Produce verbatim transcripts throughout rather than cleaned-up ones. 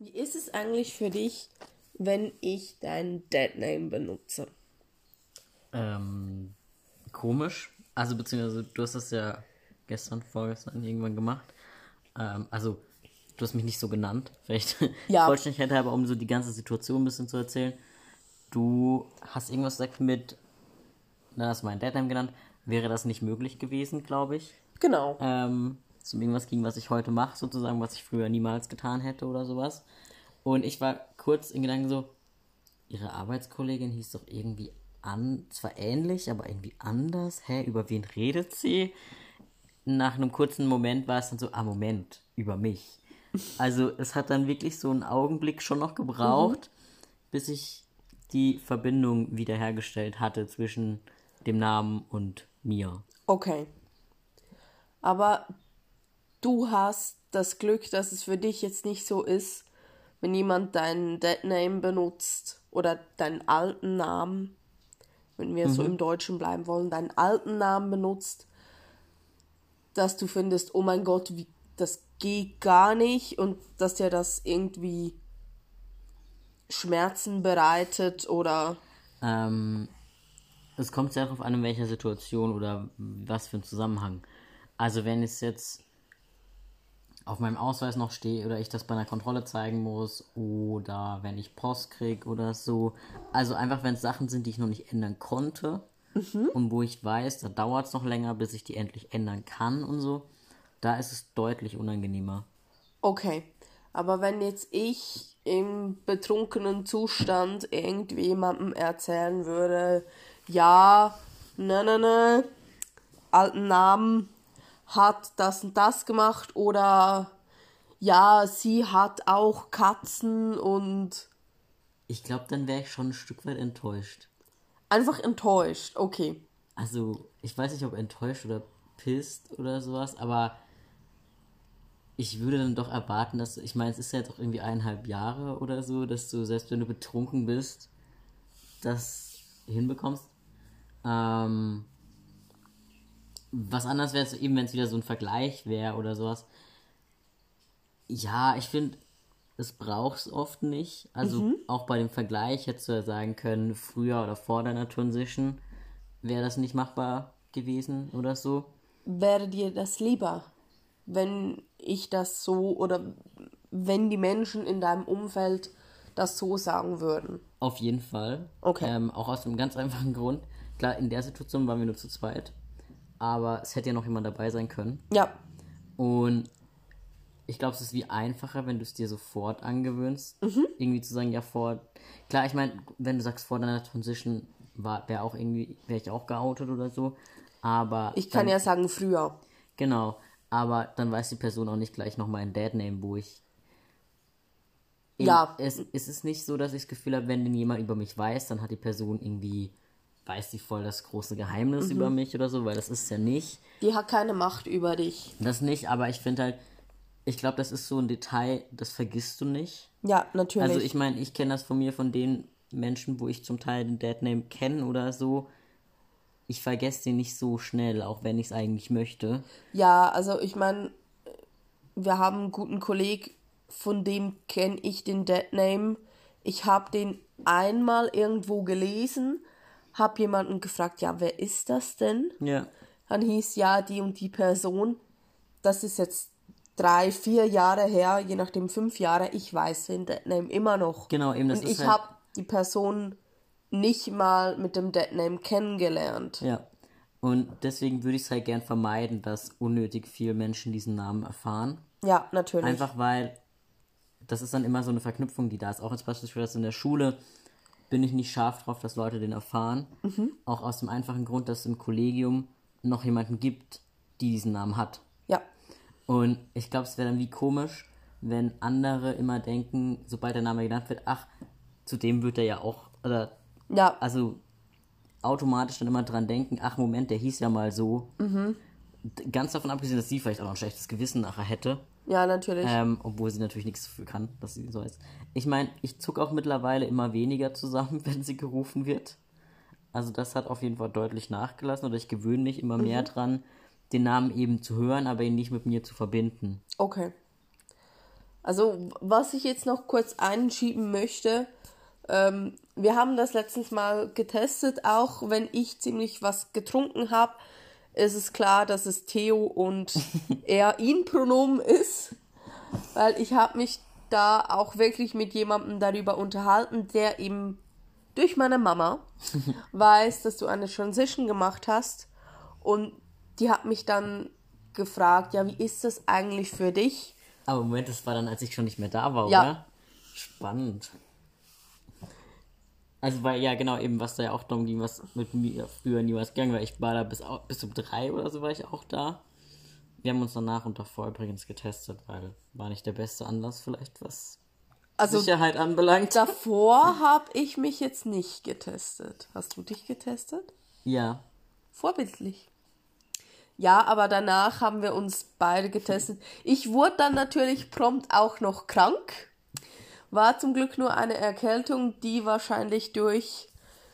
Wie ist es eigentlich für dich, wenn ich dein Deadname benutze? Ähm, komisch. Also, beziehungsweise, du hast das ja gestern, vorgestern irgendwann gemacht. Ähm, also, du hast mich nicht so genannt. Vielleicht Ja. Vollständigkeit halber, um so die ganze Situation ein bisschen zu erzählen. Du hast irgendwas gesagt mit, na, hast du meinen Deadname genannt. Wäre das nicht möglich gewesen, glaube ich. Genau. Ähm, es um irgendwas ging, was ich heute mache, sozusagen, was ich früher niemals getan hätte oder sowas. Und ich war kurz in Gedanken so, ihre Arbeitskollegin hieß doch irgendwie an, zwar ähnlich, aber irgendwie anders. Hä, über wen redet sie? Nach einem kurzen Moment war es dann so, ah, Moment, über mich. Also es hat dann wirklich so einen Augenblick schon noch gebraucht, mhm. bis ich die Verbindung wiederhergestellt hatte zwischen dem Namen und mir. Okay. Aber du hast das Glück, dass es für dich jetzt nicht so ist, wenn jemand deinen Deadname benutzt oder deinen alten Namen, wenn wir mhm. so im Deutschen bleiben wollen, deinen alten Namen benutzt, dass du findest, oh mein Gott, wie, das geht gar nicht und dass dir das irgendwie Schmerzen bereitet oder... Ähm, es kommt sehr darauf an, in welcher Situation oder was für ein Zusammenhang. Also wenn es jetzt auf meinem Ausweis noch steht oder ich das bei einer Kontrolle zeigen muss oder wenn ich Post kriege oder so. Also einfach, wenn es Sachen sind, die ich noch nicht ändern konnte mhm. und wo ich weiß, da dauert es noch länger, bis ich die endlich ändern kann und so, da ist es deutlich unangenehmer. Okay, aber wenn jetzt ich im betrunkenen Zustand irgendwie jemandem erzählen würde, ja, ne, ne, ne, alten Namen, hat das und das gemacht oder ja, sie hat auch Katzen und... Ich glaube, dann wäre ich schon ein Stück weit enttäuscht. Einfach enttäuscht, okay. Also, ich weiß nicht, ob enttäuscht oder pisst oder sowas, aber ich würde dann doch erwarten, dass, ich meine, es ist ja jetzt auch irgendwie eineinhalb Jahre oder so, dass du, selbst wenn du betrunken bist, das hinbekommst. Ähm, was anderes wäre es eben, wenn es wieder so ein Vergleich wäre oder sowas. Ja, ich finde, es braucht es oft nicht. Also mhm. auch bei dem Vergleich hättest du ja sagen können, früher oder vor deiner Transition wäre das nicht machbar gewesen oder so. Wäre dir das lieber, wenn ich das so oder wenn die Menschen in deinem Umfeld das so sagen würden? Auf jeden Fall. Okay. Ähm, auch aus einem ganz einfachen Grund. Klar, in der Situation waren wir nur zu zweit. Aber es hätte ja noch jemand dabei sein können. Ja. Und ich glaube, es ist wie einfacher, wenn du es dir sofort angewöhnst. Mhm. Irgendwie zu sagen, ja, vor... Klar, ich meine, wenn du sagst, vor deiner Transition wäre auch irgendwie, wäre ich auch geoutet oder so. Aber... Ich kann dann, ja sagen, früher. Genau. Aber dann weiß die Person auch nicht gleich noch meinen Dad-Name, wo ich... In, ja. Es, es ist nicht so, dass ich das Gefühl habe, wenn denn jemand über mich weiß, dann hat die Person irgendwie... weiß die voll das große Geheimnis mhm. über mich oder so, weil das ist ja nicht. Die hat keine Macht über dich. Das nicht, aber ich finde halt, ich glaube, das ist so ein Detail, das vergisst du nicht. Ja, natürlich. Also ich meine, ich kenne das von mir, von den Menschen, wo ich zum Teil den Deadname kenne oder so. Ich vergesse den nicht so schnell, auch wenn ich es eigentlich möchte. Ja, also ich meine, wir haben einen guten Kollegen, von dem kenne ich den Deadname. Ich habe den einmal irgendwo gelesen, habe jemanden gefragt, ja, wer ist das denn? Ja. Dann hieß ja die und die Person. Das ist jetzt drei, vier Jahre her, je nachdem fünf Jahre. Ich weiß den Deadname immer noch. Genau, eben das und ist ich halt... habe die Person nicht mal mit dem Deadname kennengelernt. Ja. Und deswegen würde ich es halt gern vermeiden, dass unnötig viele Menschen diesen Namen erfahren. Ja, natürlich. Einfach weil das ist dann immer so eine Verknüpfung, die da ist. Auch als Beispiel in der Schule bin ich nicht scharf drauf, dass Leute den erfahren. Mhm. Auch aus dem einfachen Grund, dass es im Kollegium noch jemanden gibt, die diesen Namen hat. Ja. Und ich glaube, es wäre dann wie komisch, wenn andere immer denken, sobald der Name genannt wird, ach, zu dem wird er ja auch, oder, ja. also automatisch dann immer dran denken, ach Moment, der hieß ja mal so. Mhm. Ganz davon abgesehen, dass sie vielleicht auch noch ein schlechtes Gewissen nachher hätte. Ja, natürlich. Ähm, obwohl sie natürlich nichts dafür kann, dass sie so ist. Ich meine, ich zucke auch mittlerweile immer weniger zusammen, wenn sie gerufen wird. Also das hat auf jeden Fall deutlich nachgelassen oder ich gewöhne mich immer mehr mhm. dran, den Namen eben zu hören, aber ihn nicht mit mir zu verbinden. Okay. Also, was ich jetzt noch kurz einschieben möchte, ähm, wir haben das letztens mal getestet, auch wenn ich ziemlich was getrunken habe, ist es klar, dass es Theo und er ihn Pronomen ist, weil ich habe mich da auch wirklich mit jemandem darüber unterhalten, der eben durch meine Mama weiß, dass du eine Transition gemacht hast, und die hat mich dann gefragt, ja, wie ist das eigentlich für dich? Aber Moment, das war dann, als ich schon nicht mehr da war, Ja. oder? Spannend. Also, weil, ja, genau, eben, was da ja auch darum ging, was mit mir früher niemals gegangen war. Ich war da bis, au- bis um drei oder so war ich auch da. Wir haben uns danach und davor übrigens getestet, weil war nicht der beste Anlass vielleicht, was Also Sicherheit anbelangt. davor habe ich mich jetzt nicht getestet. Hast du dich getestet? Ja. Vorbildlich. Ja, aber danach haben wir uns beide getestet. Ich wurde dann natürlich prompt auch noch krank. War zum Glück nur eine Erkältung, die wahrscheinlich durch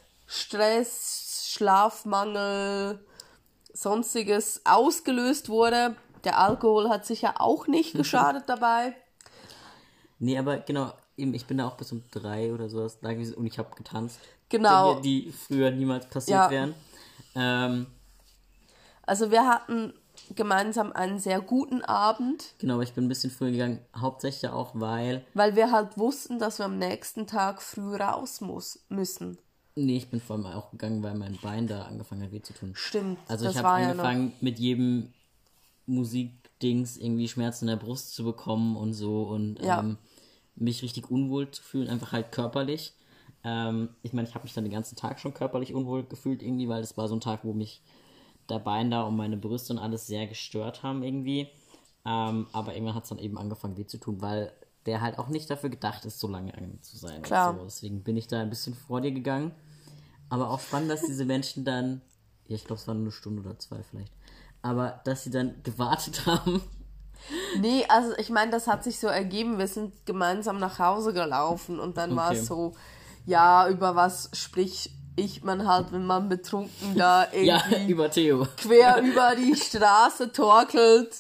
Stress, Schlafmangel, sonstiges ausgelöst wurde. Der Alkohol hat sicher auch nicht geschadet dabei. Nee, aber genau, eben, ich bin da auch bis um drei oder sowas da gewesen und ich habe getanzt. Genau. Dinge, die früher niemals passiert Ja. wären. Ähm, Also wir hatten gemeinsam einen sehr guten Abend, genau, aber ich bin ein bisschen früher gegangen, hauptsächlich auch, weil, weil wir halt wussten, dass wir am nächsten Tag früh raus muss, müssen. nee, ich bin vor allem auch gegangen, weil mein Bein da angefangen hat weh zu tun. Stimmt, Also das ich habe war ja angefangen, mit jedem Musikdings irgendwie Schmerzen in der Brust zu bekommen und so und Ja. ähm, mich richtig unwohl zu fühlen, einfach halt körperlich. Ähm, ich meine, ich habe mich dann den ganzen Tag schon körperlich unwohl gefühlt irgendwie, weil das war so ein Tag, wo mich der Bein da und meine Brüste und alles sehr gestört haben irgendwie. Ähm, aber irgendwann hat es dann eben angefangen weh zu tun, weil der halt auch nicht dafür gedacht ist, so lange an zu sein. Klar. Und so. Deswegen bin ich da ein bisschen vor dir gegangen. Aber auch spannend, dass diese Menschen dann, ja, ich glaube, es war nur eine Stunde oder zwei vielleicht, aber dass sie dann gewartet haben. Nee, also ich meine, das hat sich so ergeben, wir sind gemeinsam nach Hause gelaufen und dann war Okay. es so, ja, über was spricht ich man halt, wenn man betrunken da Ja, irgendwie über Theo. quer über die Straße torkelt.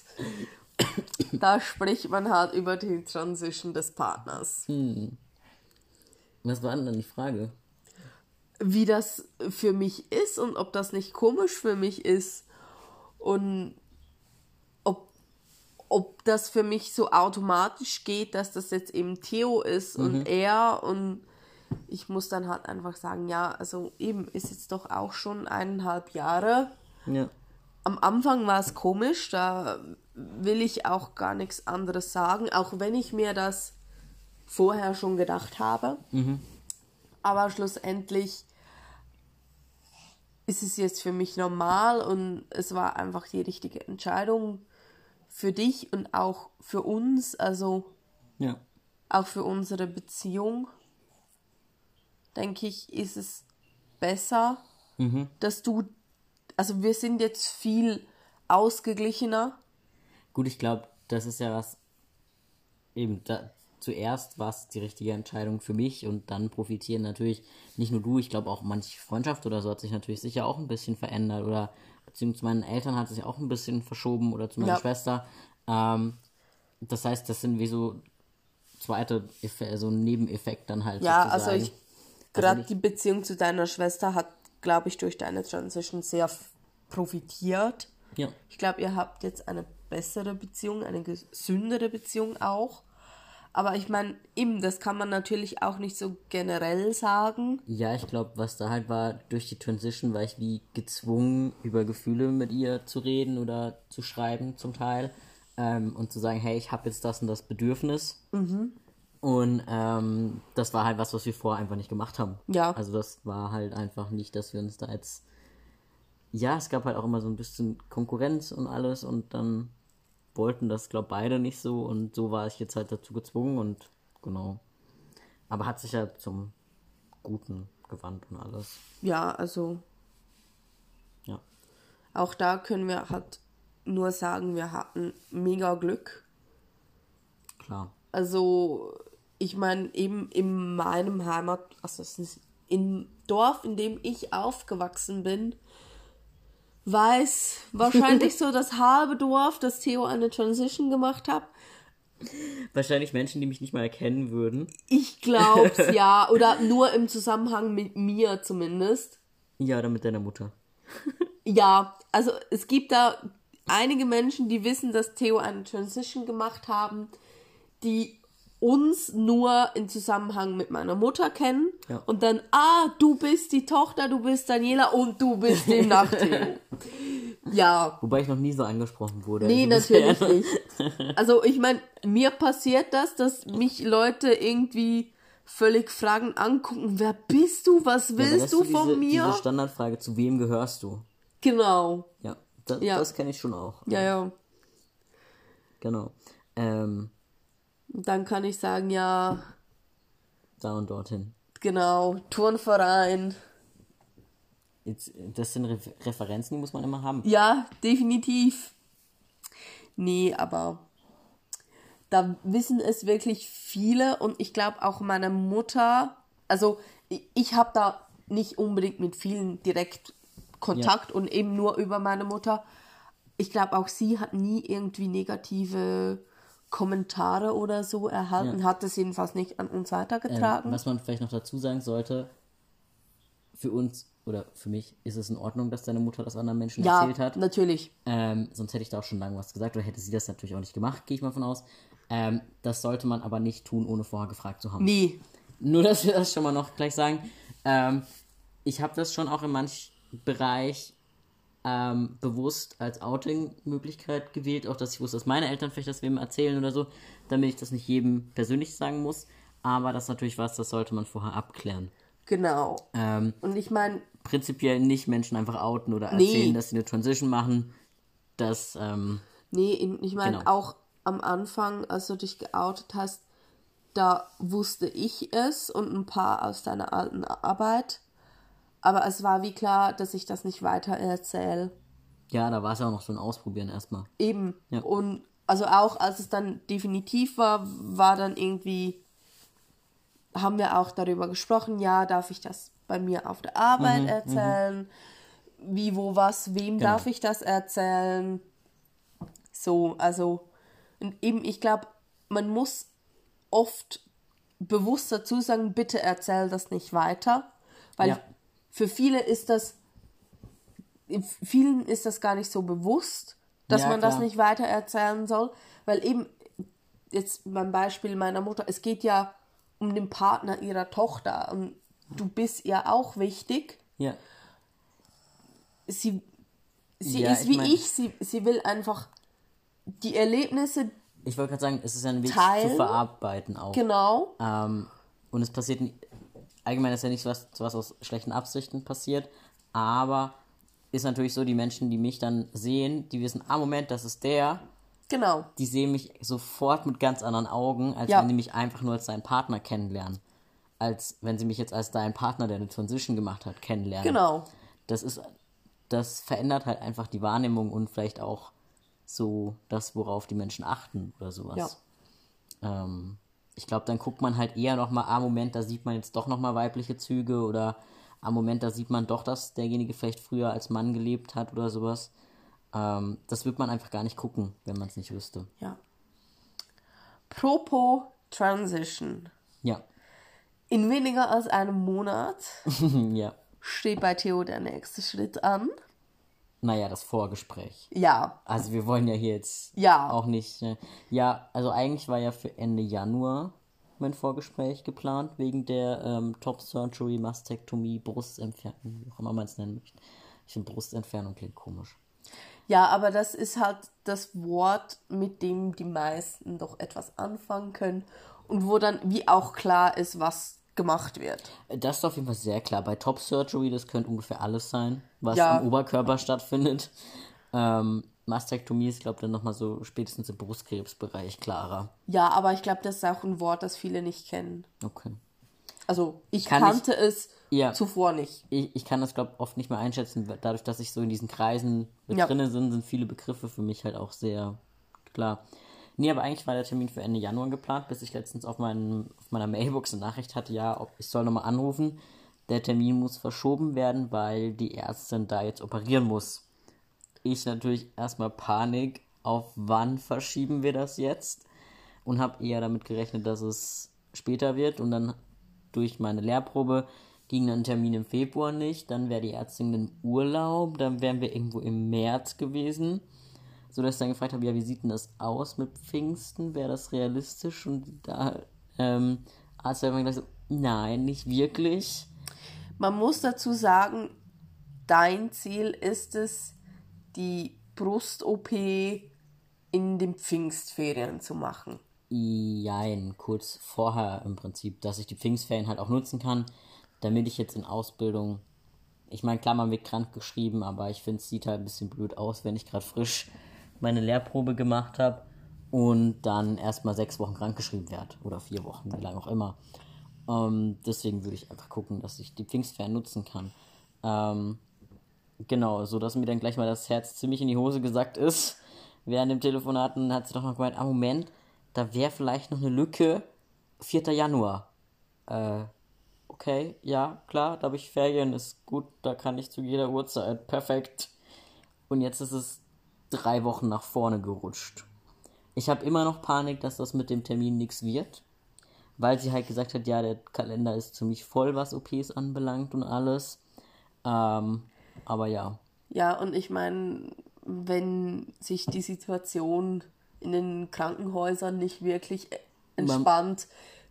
Da spricht man halt über die Transition des Partners. Was war denn dann die Frage? Wie das für mich ist und ob das nicht komisch für mich ist und ob, ob das für mich so automatisch geht, dass das jetzt eben Theo ist und er, und ich muss dann halt einfach sagen, ja, also eben ist jetzt doch auch schon eineinhalb Jahre. Ja. Am Anfang war es komisch, da will ich auch gar nichts anderes sagen, auch wenn ich mir das vorher schon gedacht habe. Aber schlussendlich ist es jetzt für mich normal und es war einfach die richtige Entscheidung für dich und auch für uns, also Ja. auch für unsere Beziehung. Denke ich, ist es besser, dass du, also wir sind jetzt viel ausgeglichener. Gut, ich glaube, das ist ja was, eben, da, zuerst war es die richtige Entscheidung für mich und dann profitieren natürlich nicht nur du, ich glaube auch manche Freundschaft oder so hat sich natürlich sicher auch ein bisschen verändert oder beziehungsweise zu meinen Eltern hat sich auch ein bisschen verschoben oder zu meiner Ja. Schwester. Ähm, das heißt, das sind wie so zweite, Effe- so ein Nebeneffekt dann halt Ja, sozusagen. also ich, gerade die Beziehung zu deiner Schwester hat, glaube ich, durch deine Transition sehr f- profitiert. Ja. Ich glaube, ihr habt jetzt eine bessere Beziehung, eine gesündere Beziehung auch. Aber ich meine, eben, das kann man natürlich auch nicht so generell sagen. Ja, ich glaube, was da halt war, durch die Transition war ich wie gezwungen, über Gefühle mit ihr zu reden oder zu schreiben zum Teil. Ähm, und zu sagen, hey, ich habe jetzt das und das Bedürfnis. Und ähm, das war halt was, was wir vorher einfach nicht gemacht haben. Ja. Also das war halt einfach nicht, dass wir uns da jetzt... Ja, es gab halt auch immer so ein bisschen Konkurrenz und alles und dann wollten das, glaube beide nicht so und so war ich jetzt halt dazu gezwungen und genau. Aber hat sich ja zum Guten gewandt und alles. Ja, also Ja. auch da können wir halt nur sagen, wir hatten mega Glück. Klar. Also, ich meine, eben in meinem Heimat, also es ist im Dorf, in dem ich aufgewachsen bin, weiß wahrscheinlich so das halbe Dorf, dass Theo eine Transition gemacht hat. Wahrscheinlich Menschen, die mich nicht mal erkennen würden. Ich glaub's, ja. Oder nur im Zusammenhang mit mir zumindest. Ja, oder mit deiner Mutter. Ja, also es gibt da einige Menschen, die wissen, dass Theo eine Transition gemacht haben, die uns nur im Zusammenhang mit meiner Mutter kennen. Ja. Und dann, ah, du bist die Tochter, du bist Daniela und du bist demnach Theo. Ja. Wobei ich noch nie so angesprochen wurde. Nee, also natürlich bisher. nicht. Also ich meine, mir passiert das, dass mich Leute irgendwie völlig fragend angucken, wer bist du, was Ja, willst weißt du diese, von mir? Diese Standardfrage, zu wem gehörst du? Genau. Ja, das, Ja. das kenne ich schon auch. Ja, ja. Genau. Ähm, Und dann kann ich sagen, ja, da und dorthin. genau, Turnverein. Jetzt, das sind Re- Referenzen, die muss man immer haben. Ja, definitiv. Nee, aber da wissen es wirklich viele und ich glaube auch meine Mutter, also ich, ich habe da nicht unbedingt mit vielen direkt Kontakt und eben nur über meine Mutter. Ich glaube auch sie hat nie irgendwie negative Kommentare oder so erhalten, Ja. hat es jedenfalls nicht an uns weitergetragen. Ähm, was man vielleicht noch dazu sagen sollte, für uns oder für mich ist es in Ordnung, dass deine Mutter das anderen Menschen ja, erzählt hat. natürlich. Ähm, sonst hätte ich da auch schon lange was gesagt oder hätte sie das natürlich auch nicht gemacht, gehe ich mal von aus. Ähm, das sollte man aber nicht tun, ohne vorher gefragt zu haben. Nee. Nur, dass wir das schon mal noch gleich sagen. Ähm, ich habe das schon auch in manch Bereich ähm, bewusst als Outing-Möglichkeit gewählt, auch dass ich wusste, dass meine Eltern vielleicht das wem erzählen oder so, damit ich das nicht jedem persönlich sagen muss. Aber das ist natürlich was, das sollte man vorher abklären. Genau. Ähm, Und ich meine, prinzipiell nicht Menschen einfach outen oder Nee. erzählen, dass sie eine Transition machen. Das, ähm, nee, ich meine Genau. auch am Anfang, als du dich geoutet hast, da wusste ich es und ein paar aus deiner alten Arbeit. Aber es war wie klar, dass ich das nicht weiter erzähle. ja, da war es ja auch noch so ein Ausprobieren erstmal. Eben. Ja. Und also auch als es dann definitiv war, war dann irgendwie, haben wir auch darüber gesprochen, ja, darf ich das bei mir auf der Arbeit Mhm, erzählen? Wie, wo, was, wem Genau. darf ich das erzählen? So, also, und eben, ich glaube, man muss oft bewusst dazu sagen, bitte erzähl das nicht weiter, weil Ja. für viele ist das, vielen ist das gar nicht so bewusst, dass Ja, man das klar. nicht weiter erzählen soll, weil eben, jetzt beim Beispiel meiner Mutter, es geht ja um den Partner ihrer Tochter und du bist ihr auch wichtig. Ja. Sie, sie Ja, ist ich wie mein- ich, sie, sie will einfach die Erlebnisse, Ich wollte gerade sagen, es ist ein Weg Teilen. zu verarbeiten auch. genau, Ähm, und es passiert, nie- allgemein ist ja nicht was, was aus schlechten Absichten passiert, aber ist natürlich so, die Menschen, die mich dann sehen, die wissen, ah, Moment, das ist der, genau, die sehen mich sofort mit ganz anderen Augen, als Ja. wenn die mich einfach nur als deinen Partner kennenlernen. Als wenn sie mich jetzt als deinen Partner, der eine Transition gemacht hat, kennenlernen. genau. Das ist, das verändert halt einfach die Wahrnehmung und vielleicht auch so das, worauf die Menschen achten oder sowas. Ähm, ich glaube, dann guckt man halt eher nochmal, ah, Moment, da sieht man jetzt doch nochmal weibliche Züge oder ah, Moment, da sieht man doch, dass derjenige vielleicht früher als Mann gelebt hat oder sowas. Ähm, das wird man einfach gar nicht gucken, wenn man es nicht wüsste. Ja. Propos Transition. Ja. In weniger als einem Monat ja. steht bei Theo der nächste Schritt an. Naja, das Vorgespräch. Ja, Also wir wollen ja hier jetzt Ja. auch nicht... äh, Ja, also eigentlich war ja für Ende Januar mein Vorgespräch geplant, wegen der ähm, Top Surgery, Mastektomie, Brustentfernung, wie auch immer man es nennen möchte. Ich finde Brustentfernung klingt komisch. ja, aber das ist halt das Wort, mit dem die meisten doch etwas anfangen können und wo dann wie auch klar ist, was gemacht wird. Das ist auf jeden Fall sehr klar. Bei Top Surgery, das könnte ungefähr alles sein, was Ja. am Oberkörper stattfindet. Ähm, Mastektomie ist, glaube ich, dann nochmal so spätestens im Brustkrebsbereich klarer. Ja, aber ich glaube, das ist auch ein Wort, das viele nicht kennen. Okay. Also ich Kann kannte es Ja. zuvor nicht. Ich, ich kann das, glaube ich, oft nicht mehr einschätzen. weil Dadurch, dass ich so in diesen Kreisen mit Ja. drinne bin, sind viele Begriffe für mich halt auch sehr klar. Nee, aber eigentlich war der Termin für Ende Januar geplant, bis ich letztens auf, meinem, auf meiner Mailbox eine Nachricht hatte, ja, ob ich soll nochmal anrufen. Der Termin muss verschoben werden, weil die Ärztin da jetzt operieren muss. Ich natürlich erstmal Panik, auf wann verschieben wir das jetzt? und habe eher damit gerechnet, dass es später wird. Und dann durch meine Lehrprobe ging dann ein Termin im Februar nicht. Dann wäre die Ärztin im Urlaub. Dann wären wir irgendwo im März gewesen. So dass ich dann gefragt habe, ja, wie sieht denn das aus mit Pfingsten? Wäre das realistisch? Und da ähm, Arzt hat mir gesagt, so, nein, nicht wirklich. Man muss dazu sagen, dein Ziel ist es, die Brust-O P in den Pfingstferien zu machen. Jein, kurz vorher im Prinzip, dass ich die Pfingstferien halt auch nutzen kann, damit ich jetzt in Ausbildung, ich meine, klar, man wird krank geschrieben, aber ich finde, es sieht halt ein bisschen blöd aus, wenn ich gerade frisch meine Lehrprobe gemacht habe und dann erstmal sechs Wochen krank geschrieben werde oder vier Wochen, wie lange auch immer. Ähm, deswegen würde ich einfach gucken, dass ich die Pfingstferien nutzen kann. Ähm, genau, so dass mir dann gleich mal das Herz ziemlich in die Hose gesackt ist. Während dem Telefonaten hat sie doch noch gemeint, ah Moment, da wäre vielleicht noch eine Lücke, vierter Januar. Äh, okay, ja, klar, da habe ich Ferien, ist gut, da kann ich zu jeder Uhrzeit, perfekt. Und jetzt ist es drei Wochen nach vorne gerutscht. Ich habe immer noch Panik, dass das mit dem Termin nichts wird, weil sie halt gesagt hat, ja, der Kalender ist ziemlich voll, was O Ps anbelangt und alles. Ähm, aber ja. Ja, und ich meine, wenn sich die Situation in den Krankenhäusern nicht wirklich entspannt,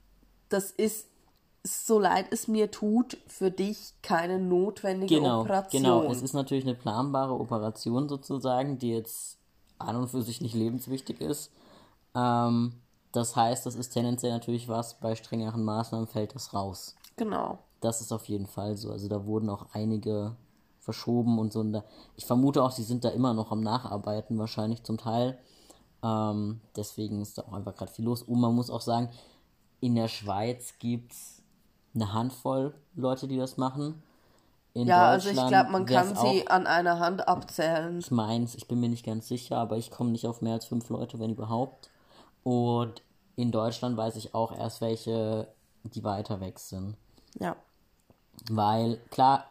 das ist, so leid es mir tut, für dich keine notwendige genau, Operation. Genau, es ist natürlich eine planbare Operation sozusagen, die jetzt an und für sich nicht lebenswichtig ist. Ähm, das heißt, das ist tendenziell natürlich was, bei strengeren Maßnahmen fällt das raus. Genau. Das ist auf jeden Fall so. Also da wurden auch einige verschoben und so. Und da, ich vermute auch, sie sind da immer noch am Nacharbeiten, wahrscheinlich zum Teil. Ähm, deswegen ist da auch einfach gerade viel los. Und man muss auch sagen, in der Schweiz gibt es eine Handvoll Leute, die das machen. In ja, also ich glaube, man wär's kann sie auch, an einer Hand abzählen. Ich meins, ich bin mir nicht ganz sicher, aber ich komme nicht auf mehr als fünf Leute, wenn überhaupt. Und in Deutschland weiß ich auch erst welche, die weiter weg sind. Ja. Weil, klar,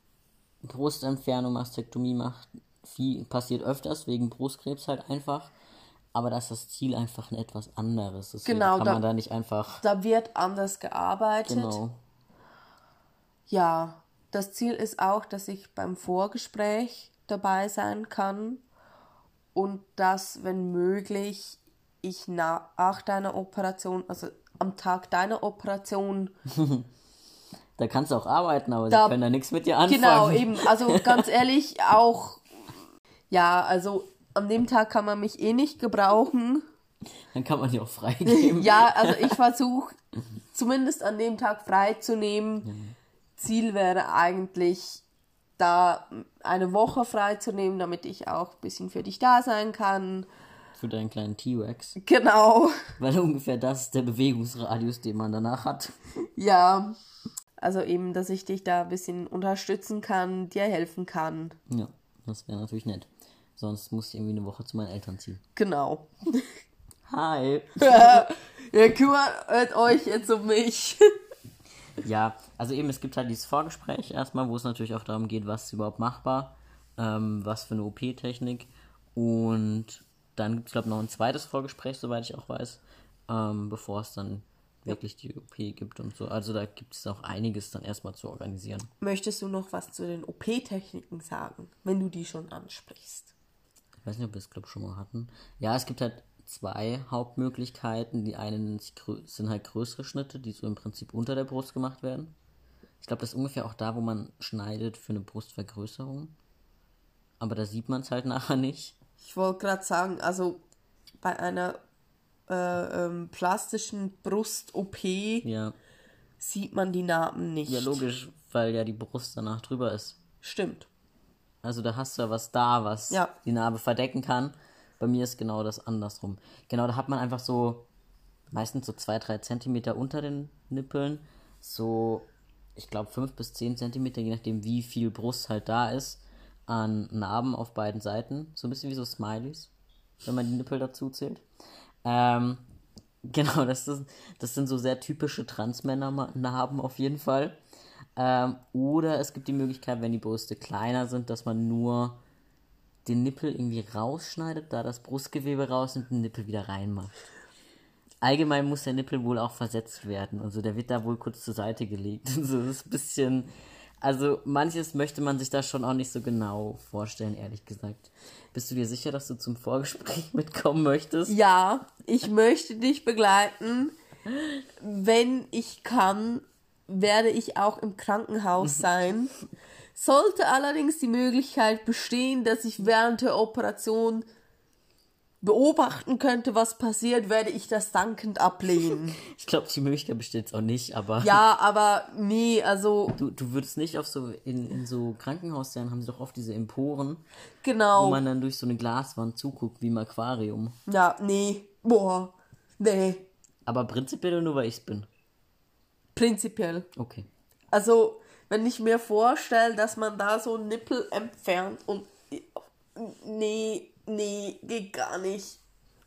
Brustentfernung, Mastektomie macht viel, passiert öfters, wegen Brustkrebs halt einfach. Aber da ist das Ziel einfach ein etwas anderes. Deswegen Genau, kann da, man da nicht einfach... Da wird anders gearbeitet. Genau. Ja, das Ziel ist auch, dass ich beim Vorgespräch dabei sein kann und dass, wenn möglich, ich nach deiner Operation, also am Tag deiner Operation... Da kannst du auch arbeiten, aber da, sie können da nichts mit dir anfangen. Genau, eben. Also ganz ehrlich, auch... Ja, also an dem Tag kann man mich eh nicht gebrauchen. Dann kann man die auch freigeben. Ja, also ich versuche zumindest an dem Tag freizunehmen. Ja. Ziel wäre eigentlich, da eine Woche freizunehmen, damit ich auch ein bisschen für dich da sein kann. Für deinen kleinen T-Rex. Genau. Weil ungefähr das ist der Bewegungsradius, den man danach hat. Ja, also eben, dass ich dich da ein bisschen unterstützen kann, dir helfen kann. Ja, das wäre natürlich nett. Sonst muss ich irgendwie eine Woche zu meinen Eltern ziehen. Genau. Hi. Ja, ihr kümmert euch jetzt um mich. Ja, also eben, es gibt halt dieses Vorgespräch erstmal, wo es natürlich auch darum geht, was ist überhaupt machbar, ähm, was für eine O P-Technik. Und dann gibt es, glaube ich, noch ein zweites Vorgespräch, soweit ich auch weiß, ähm, bevor es dann wirklich die O P gibt und so. Also da gibt es auch einiges dann erstmal zu organisieren. Möchtest du noch was zu den O P-Techniken sagen, wenn du die schon ansprichst? Ich weiß nicht, ob wir es, glaube ich, schon mal hatten. Ja, es gibt halt zwei Hauptmöglichkeiten. Die einen sind halt größere Schnitte, die so im Prinzip unter der Brust gemacht werden. Ich glaube, das ist ungefähr auch da, wo man schneidet für eine Brustvergrößerung. Aber da sieht man es halt nachher nicht. Ich wollte gerade sagen, also bei einer äh, ähm, plastischen Brust-O P ja. sieht man die Narben nicht. Ja, logisch, weil ja die Brust danach drüber ist. Stimmt. Also da hast du ja was da, was ja. die Narbe verdecken kann. Bei mir ist genau das andersrum. Genau, da hat man einfach so, meistens so zwei, drei Zentimeter unter den Nippeln, so, ich glaube, fünf bis zehn Zentimeter, je nachdem, wie viel Brust halt da ist, an Narben auf beiden Seiten. So ein bisschen wie so Smileys, wenn man die Nippel dazu zählt. Ähm, genau, das, ist, das sind so sehr typische Transmänner-Narben auf jeden Fall. Ähm, oder es gibt die Möglichkeit, wenn die Brüste kleiner sind, dass man nur den Nippel irgendwie rausschneidet, da das Brustgewebe raus und den Nippel wieder reinmacht. allgemein muss der Nippel wohl auch versetzt werden. Also der wird da wohl kurz zur Seite gelegt. Also das ist ein bisschen... Also manches möchte man sich da schon auch nicht so genau vorstellen, ehrlich gesagt. Bist du dir sicher, dass du zum Vorgespräch mitkommen möchtest? Ja, ich möchte dich begleiten. Wenn ich kann, werde ich auch im Krankenhaus sein. Sollte allerdings die Möglichkeit bestehen, dass ich während der Operation beobachten könnte, was passiert, werde ich das dankend ablehnen. Ich glaube, die Möglichkeit besteht jetzt auch nicht, aber... Ja, aber nee, also... Du, du würdest nicht auf so... In, in so Krankenhauszellen haben sie doch oft diese Emporen, Genau. wo man dann durch so eine Glaswand zuguckt, wie im Aquarium. Ja, nee. Boah. Nee. Aber prinzipiell nur, weil ich's bin. Prinzipiell. Okay. Also, wenn ich mir vorstelle, dass man da so einen Nippel entfernt und... Nee, nee, geht gar nicht.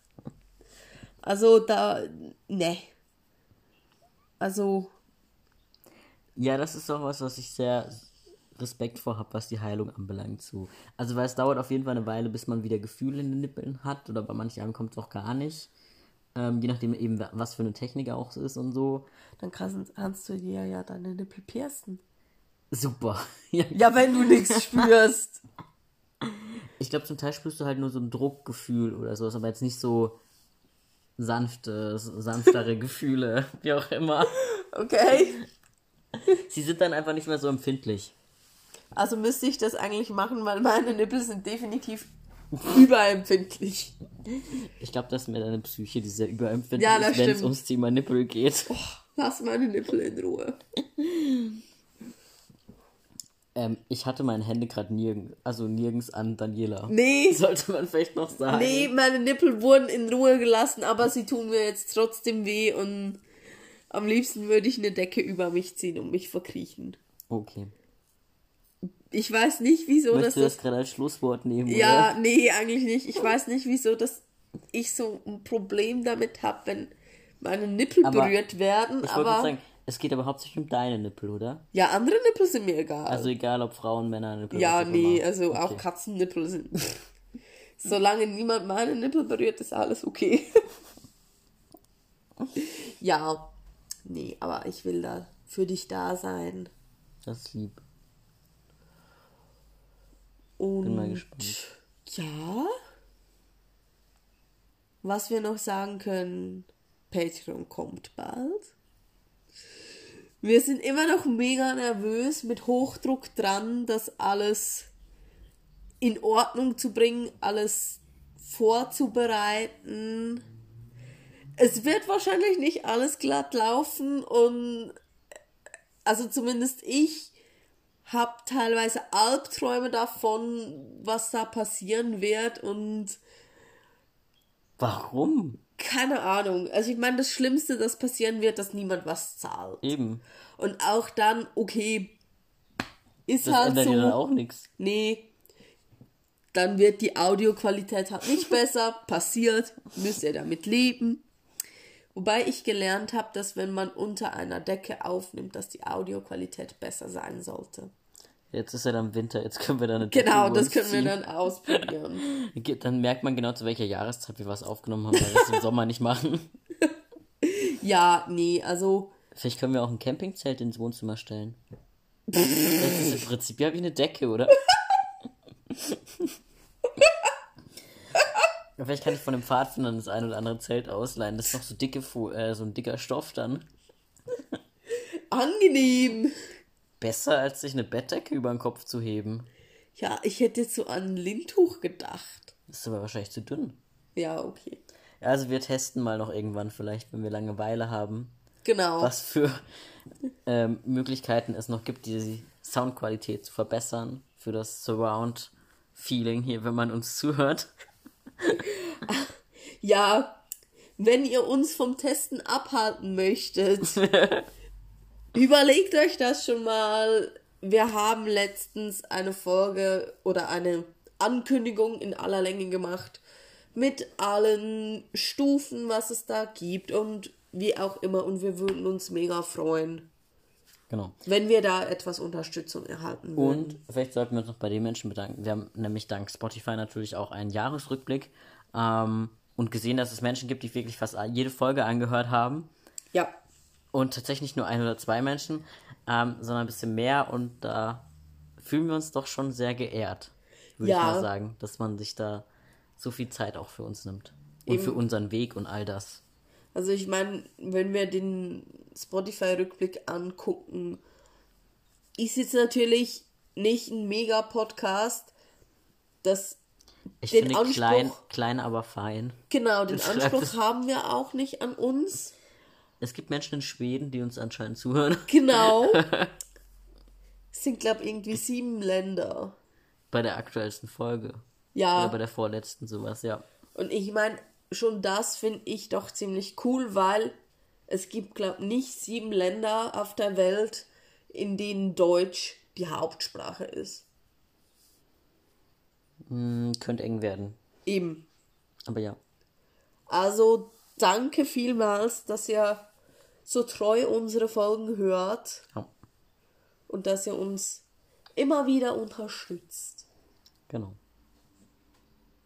Also, da... Nee. Also... Ja, das ist doch was, was ich sehr Respekt vor habe, was die Heilung anbelangt. So. Also, weil es dauert auf jeden Fall eine Weile, bis man wieder Gefühle in den Nippeln hat. Oder bei manchen einem kommt es auch gar nicht. Ähm, je nachdem eben, was für eine Technik auch so ist und so. Dann kannst, kannst du dir ja deine Nippel piercen. Super. Ja, Ja, wenn du nichts spürst. ich glaube, zum Teil spürst du halt nur so ein Druckgefühl oder sowas, aber jetzt nicht so sanfte, sanftere Gefühle, wie auch immer. Okay. Sie sind dann einfach nicht mehr so empfindlich. Also müsste ich das eigentlich machen, weil meine Nippel sind definitiv überempfindlich. Ich glaube, das ist mir deine Psyche, die sehr überempfindlich Ja, das ist, wenn es stimmt. ums Thema Nippel geht. Oh, lass meine Nippel in Ruhe. Ähm, ich hatte meine Hände gerade nirgends, also nirgends an Daniela. Nee. Sollte man vielleicht noch sagen. Nee, meine Nippel wurden in Ruhe gelassen, aber sie tun mir jetzt trotzdem weh und am liebsten würde ich eine Decke über mich ziehen und mich verkriechen. Okay. Ich weiß nicht, wieso Möchtest du das... das gerade als Schlusswort nehmen, Ja, oder? nee, eigentlich nicht. Ich weiß nicht, wieso das ich so ein Problem damit habe, wenn meine Nippel Aber berührt werden, Ich wollte aber... sagen, es geht aber hauptsächlich um deine Nippel, oder? Ja, andere Nippel sind mir egal. Also egal, ob Frauen, Männer, Nippel. ja, was auch nee, immer. also Okay. auch Katzennippel sind... Solange niemand meine Nippel berührt, ist alles okay. Ja, nee, aber ich will da für dich da sein. Das ist lieb. Und Bin mal gespannt. ja, was wir noch sagen können, Patreon kommt bald. Wir sind immer noch mega nervös, mit Hochdruck dran, das alles in Ordnung zu bringen, alles vorzubereiten. Es wird wahrscheinlich nicht alles glatt laufen und also zumindest ich habe teilweise Albträume davon, was da passieren wird und Warum? keine Ahnung. Also ich meine, das Schlimmste, das passieren wird, dass niemand was zahlt. Eben. Und auch dann, okay, ist Das halt ändert so. ja dann auch nichts. Nee, dann wird die Audioqualität halt nicht besser. Passiert, müsst ihr damit leben. Wobei ich gelernt habe, dass wenn man unter einer Decke aufnimmt, dass die Audioqualität besser sein sollte. Jetzt ist ja dann Winter, jetzt können wir dann eine Decke Genau, über das uns können wir ziehen. dann ausprobieren. Dann merkt man genau, zu welcher Jahreszeit wir was aufgenommen haben, weil wir es im Sommer nicht machen. Ja, nee, also Vielleicht können wir auch ein Campingzelt ins Wohnzimmer stellen. Das ist im Prinzip ja wie eine Decke, oder? Vielleicht kann ich von dem Pfadfindern das ein oder andere Zelt ausleihen. Das ist noch so dicke, Fo- äh, so ein dicker Stoff dann. angenehm. Besser, als sich eine Bettdecke über den Kopf zu heben. Ja, ich hätte jetzt so an ein Lindtuch gedacht. Das ist aber wahrscheinlich zu dünn. Ja, okay. Ja, also wir testen mal noch irgendwann vielleicht, wenn wir Langeweile haben, Genau. was für ähm, Möglichkeiten es noch gibt, die Soundqualität zu verbessern. Für das Surround-Feeling hier, wenn man uns zuhört. Ja, wenn ihr uns vom Testen abhalten möchtet, überlegt euch das schon mal. Wir haben letztens eine Folge oder eine Ankündigung in aller Länge gemacht mit allen Stufen, was es da gibt und wie auch immer. Und wir würden uns mega freuen, Genau. wenn wir da etwas Unterstützung erhalten würden. Und vielleicht sollten wir uns noch bei den Menschen bedanken. Wir haben nämlich dank Spotify natürlich auch einen Jahresrückblick. Ähm, und gesehen, dass es Menschen gibt, die wirklich fast jede Folge angehört haben. Ja. Und tatsächlich nur ein oder zwei Menschen, ähm, sondern ein bisschen mehr. Und da fühlen wir uns doch schon sehr geehrt, würde Ja. ich mal sagen, dass man sich da so viel Zeit auch für uns nimmt. Und Eben. für unseren Weg und all das. Also ich meine, wenn wir den Spotify-Rückblick angucken, ist jetzt natürlich nicht ein Mega-Podcast, das Ich den finde Anspruch, klein, klein, aber fein. genau, den Das Anspruch schreibt es- haben wir auch nicht an uns. Es gibt Menschen in Schweden, die uns anscheinend zuhören. Genau. Es sind, glaube ich, irgendwie sieben Länder. Bei der aktuellsten Folge. Ja. Oder bei der vorletzten sowas, ja. Und ich meine, schon das finde ich doch ziemlich cool, weil es gibt, glaube ich, nicht sieben Länder auf der Welt, in denen Deutsch die Hauptsprache ist. Hm, könnte eng werden. Eben. Aber ja. Also danke vielmals, dass ihr so treu unsere Folgen hört ja. und dass ihr uns immer wieder unterstützt. Genau.